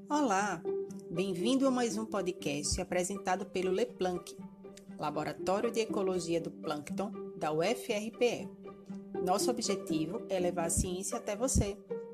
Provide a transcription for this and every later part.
Olá, bem-vindo a mais um podcast apresentado pelo LEPLANC, Laboratório de Ecologia do Plâncton da UFRPE. Nosso objetivo é levar a ciência até você.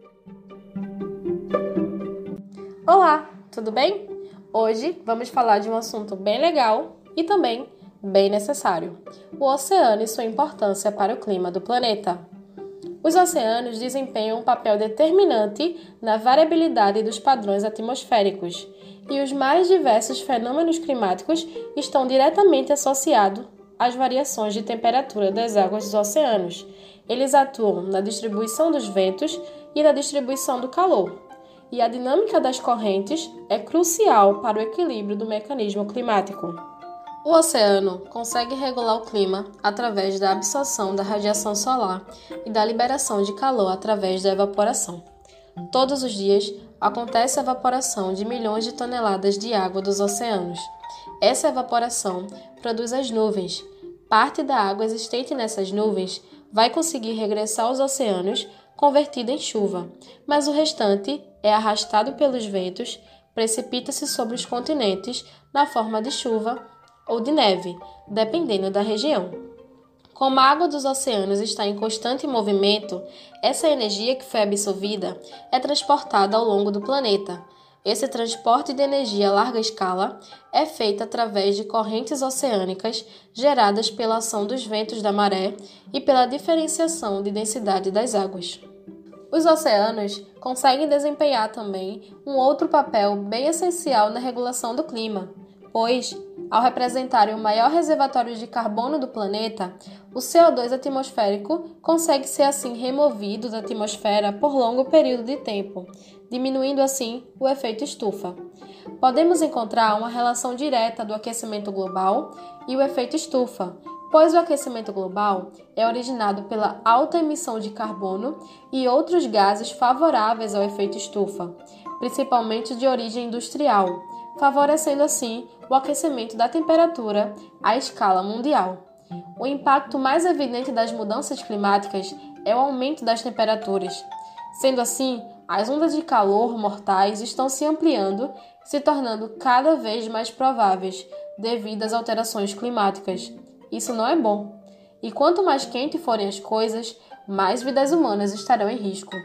Olá, tudo bem? Hoje vamos falar de um assunto bem legal e também bem necessário: o oceano e sua importância para o clima do planeta. Os oceanos desempenham um papel determinante na variabilidade dos padrões atmosféricos, e os mais diversos fenômenos climáticos estão diretamente associados às variações de temperatura das águas dos oceanos. Eles atuam na distribuição dos ventos e na distribuição do calor, e a dinâmica das correntes é crucial para o equilíbrio do mecanismo climático. O oceano consegue regular o clima através da absorção da radiação solar e da liberação de calor através da evaporação. Todos os dias acontece a evaporação de milhões de toneladas de água dos oceanos. Essa evaporação produz as nuvens. Parte da água existente nessas nuvens vai conseguir regressar aos oceanos convertida em chuva, mas o restante é arrastado pelos ventos, precipita-se sobre os continentes na forma de chuva ou de neve, dependendo da região. Como a água dos oceanos está em constante movimento, essa energia que foi absorvida é transportada ao longo do planeta. Esse transporte de energia a larga escala é feito através de correntes oceânicas geradas pela ação dos ventos da maré e pela diferenciação de densidade das águas. Os oceanos conseguem desempenhar também um outro papel bem essencial na regulação do clima, pois, ao representarem o maior reservatório de carbono do planeta, o CO2 atmosférico consegue ser assim removido da atmosfera por longo período de tempo, diminuindo assim o efeito estufa. Podemos encontrar uma relação direta do aquecimento global e o efeito estufa, pois o aquecimento global é originado pela alta emissão de carbono e outros gases favoráveis ao efeito estufa, principalmente de origem industrial, favorecendo assim o aquecimento da temperatura à escala mundial. O impacto mais evidente das mudanças climáticas é o aumento das temperaturas. Sendo assim, as ondas de calor mortais estão se ampliando e se tornando cada vez mais prováveis devido às alterações climáticas. Isso não é bom. E quanto mais quente forem as coisas, mais vidas humanas estarão em risco.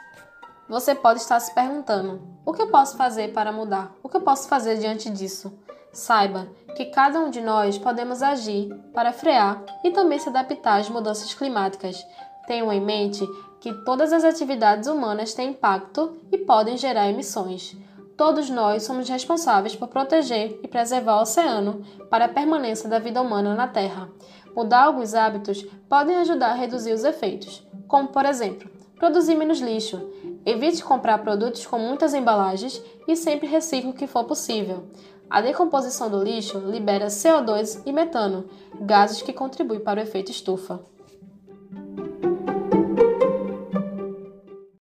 Você pode estar se perguntando: o que eu posso fazer para mudar? O que eu posso fazer diante disso? Saiba que cada um de nós podemos agir para frear e também se adaptar às mudanças climáticas. Tenham em mente que todas as atividades humanas têm impacto e podem gerar emissões. Todos nós somos responsáveis por proteger e preservar o oceano para a permanência da vida humana na Terra. Mudar alguns hábitos podem ajudar a reduzir os efeitos, como, por exemplo, produzir menos lixo. Evite comprar produtos com muitas embalagens e sempre recicle o que for possível. A decomposição do lixo libera CO2 e metano, gases que contribuem para o efeito estufa.